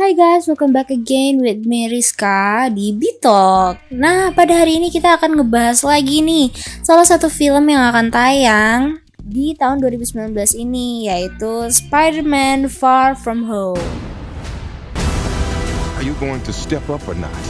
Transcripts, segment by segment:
Hai guys, welcome back again with me Rizka di Bitalk. Nah, pada hari ini kita akan ngebahas lagi nih salah satu film yang akan tayang di tahun 2019 ini, yaitu Spider-Man Far From Home. Are you going to step up or not?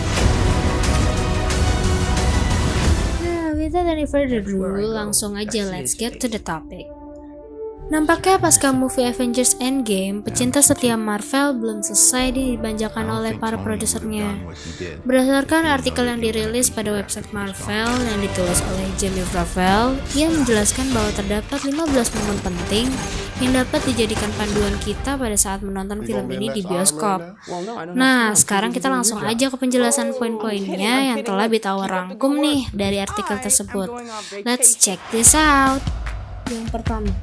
Nah, without any further ado, langsung aja let's get to the topic. Nampaknya pasca movie Avengers Endgame, pecinta setia Marvel belum selesai dimanjakan oleh para produsernya. Berdasarkan artikel yang dirilis pada website Marvel yang ditulis oleh Jamie Gravel, ia menjelaskan bahwa terdapat 15 momen penting yang dapat dijadikan panduan kita pada saat menonton film ini di bioskop. Nah, sekarang kita langsung aja ke penjelasan poin-poinnya yang telah Bitawa rangkum nih dari artikel tersebut. Let's check this out. Yang pertama,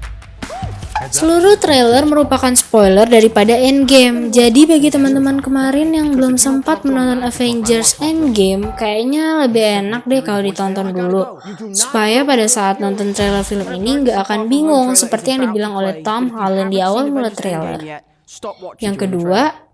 seluruh trailer merupakan spoiler daripada Endgame. Jadi bagi teman-teman kemarin yang belum sempat menonton Avengers Endgame, kayaknya lebih enak deh kalau ditonton dulu, supaya pada saat nonton trailer film ini nggak akan bingung seperti yang dibilang oleh Tom Holland di awal mula trailer. Yang kedua,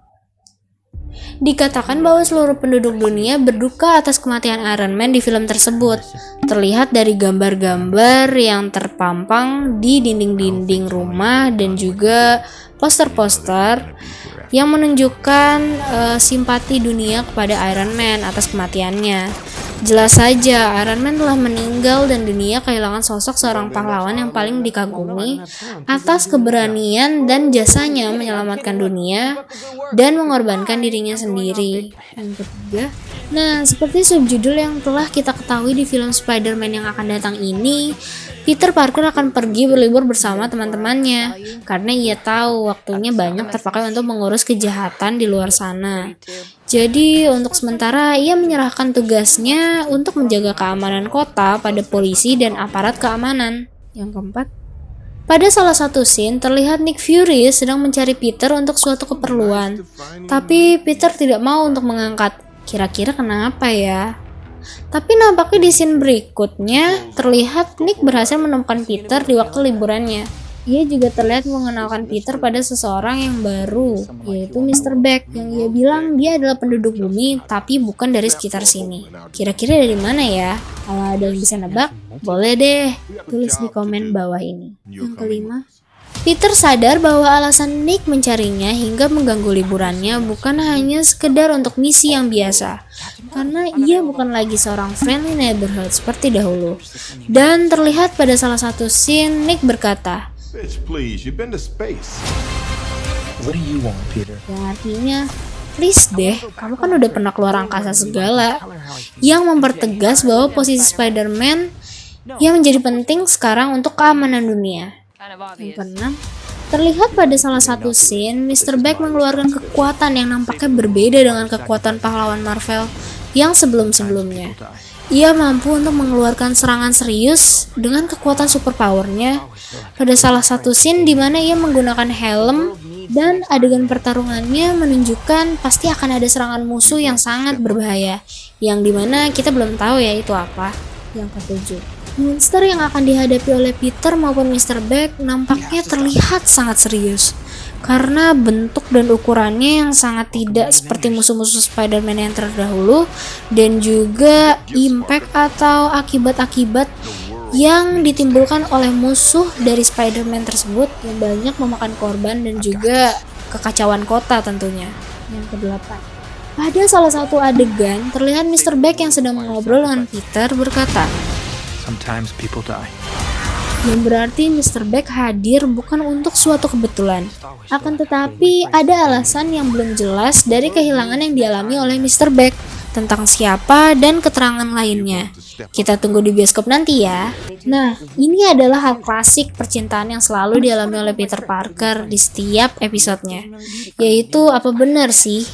dikatakan bahwa seluruh penduduk dunia berduka atas kematian Iron Man di film tersebut. Terlihat dari gambar-gambar yang terpampang di dinding-dinding rumah dan juga poster-poster yang menunjukkan simpati dunia kepada Iron Man atas kematiannya. Jelas saja Iron Man telah meninggal dan dunia kehilangan sosok seorang pahlawan yang paling dikagumi atas keberanian dan jasanya menyelamatkan dunia dan mengorbankan dirinya sendiri. Yang ketiga, nah seperti subjudul yang telah kita ketahui di film Spider-Man yang akan datang ini, Peter Parker akan pergi berlibur bersama teman-temannya karena ia tahu waktunya banyak terpakai untuk mengurus kejahatan di luar sana. Jadi untuk sementara ia menyerahkan tugasnya untuk menjaga keamanan kota pada polisi dan aparat keamanan. Yang keempat, pada salah satu scene terlihat Nick Fury sedang mencari Peter untuk suatu keperluan, tapi Peter tidak mau untuk mengangkat. Kira-kira kenapa ya? Tapi nampaknya di scene berikutnya terlihat Nick berhasil menemukan Peter di waktu liburannya. Ia juga terlihat mengenalkan Peter pada seseorang yang baru, yaitu Mr. Beck, yang ia bilang dia adalah penduduk bumi tapi bukan dari sekitar sini. Kira-kira dari mana ya? Kalau ada yang bisa nebak, boleh deh tulis di komen bawah ini. Yang kelima, Peter sadar bahwa alasan Nick mencarinya hingga mengganggu liburannya bukan hanya sekedar untuk misi yang biasa, karena ia bukan lagi seorang friendly neighborhood seperti dahulu. Dan terlihat pada salah satu scene Nick berkata, Bitch, please, you've been to space. What do you want, Peter? yang artinya, please deh, kamu kan udah pernah keluar angkasa segala. Yang mempertegas bahwa posisi Spider-Man yang menjadi penting sekarang untuk keamanan dunia. Yang keenam, terlihat pada salah satu scene, Mr. Beck mengeluarkan kekuatan yang nampaknya berbeda dengan kekuatan pahlawan Marvel yang sebelum-sebelumnya. Ia mampu untuk mengeluarkan serangan serius dengan kekuatan superpowernya pada salah satu scene di mana ia menggunakan helm dan adegan pertarungannya menunjukkan pasti akan ada serangan musuh yang sangat berbahaya, yang dimana kita belum tahu ya itu apa. Yang ketujuh, monster yang akan dihadapi oleh Peter maupun Mr. Beck nampaknya terlihat sangat serius karena bentuk dan ukurannya yang sangat tidak seperti musuh-musuh Spider-Man yang terdahulu, dan juga impact atau akibat-akibat yang ditimbulkan oleh musuh dari Spider-Man tersebut yang banyak memakan korban dan juga kekacauan kota tentunya. Yang kedelapan, pada salah satu adegan terlihat Mr. Beck yang sedang mengobrol dengan Peter berkata, Sometimes people die. yang berarti Mr. Beck hadir bukan untuk suatu kebetulan. Akan tetapi ada alasan yang belum jelas dari kehilangan yang dialami oleh Mr. Beck tentang siapa dan keterangan lainnya. Kita tunggu di bioskop nanti ya. Nah, ini adalah hal klasik percintaan yang selalu dialami oleh Peter Parker di setiap episodenya. Yaitu apa benar sih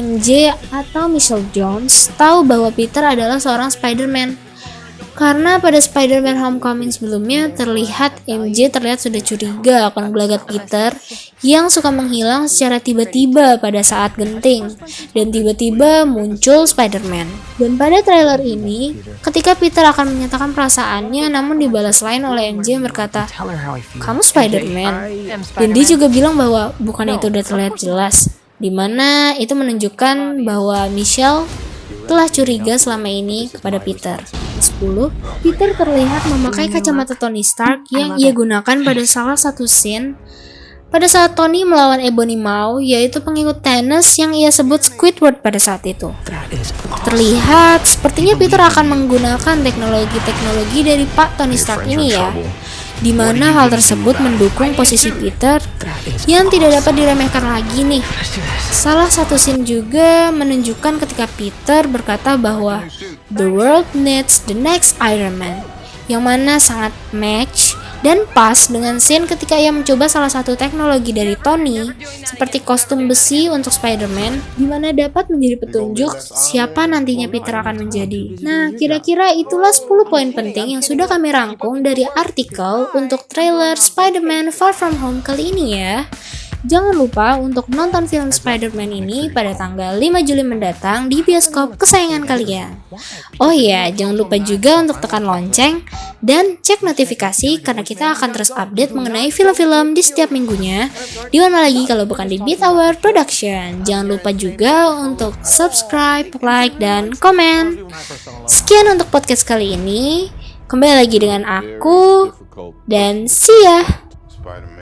MJ atau Michelle Jones tahu bahwa Peter adalah seorang Spider-Man? Karena pada Spider-Man Homecoming sebelumnya terlihat MJ terlihat sudah curiga akan gelagat Peter yang suka menghilang secara tiba-tiba pada saat genting, dan tiba-tiba muncul Spider-Man. Dan pada trailer ini, ketika Peter akan menyatakan perasaannya namun dibalas lain oleh MJ yang berkata, Tell her how I feel. "Kamu Spider-Man?" Dan dia juga bilang bahwa bukan itu udah terlihat jelas. Dimana itu menunjukkan bahwa Michelle telah curiga selama ini kepada Peter. 10. Peter terlihat memakai kacamata Tony Stark yang ia gunakan pada salah satu scene pada saat Tony melawan Ebony Maw, yaitu pengikut Thanos yang ia sebut Squidward pada saat itu. Terlihat sepertinya Peter akan menggunakan teknologi-teknologi dari Pak Tony Stark ini ya, di mana hal tersebut mendukung posisi Peter yang tidak dapat diremehkan lagi nih. Salah satu scene juga menunjukkan ketika Peter berkata bahwa the world needs the next Iron Man, yang mana sangat match dan pas dengan scene ketika ia mencoba salah satu teknologi dari Tony seperti kostum besi untuk Spider-Man, di mana dapat menjadi petunjuk siapa nantinya Peter akan menjadi. Nah, kira-kira itulah 10 poin penting yang sudah kami rangkum dari artikel untuk trailer Spider-Man Far From Home kali ini ya. Jangan lupa untuk nonton film Spider-Man ini pada tanggal 5 Juli mendatang di bioskop kesayangan kalian. Oh iya, jangan lupa juga untuk tekan lonceng dan cek notifikasi karena kita akan terus update mengenai film-film di setiap minggunya. Di mana lagi kalau bukan di Beat Hour Production. Jangan lupa juga untuk subscribe, like, dan komen. Sekian untuk podcast kali ini. Kembali lagi dengan aku dan see ya.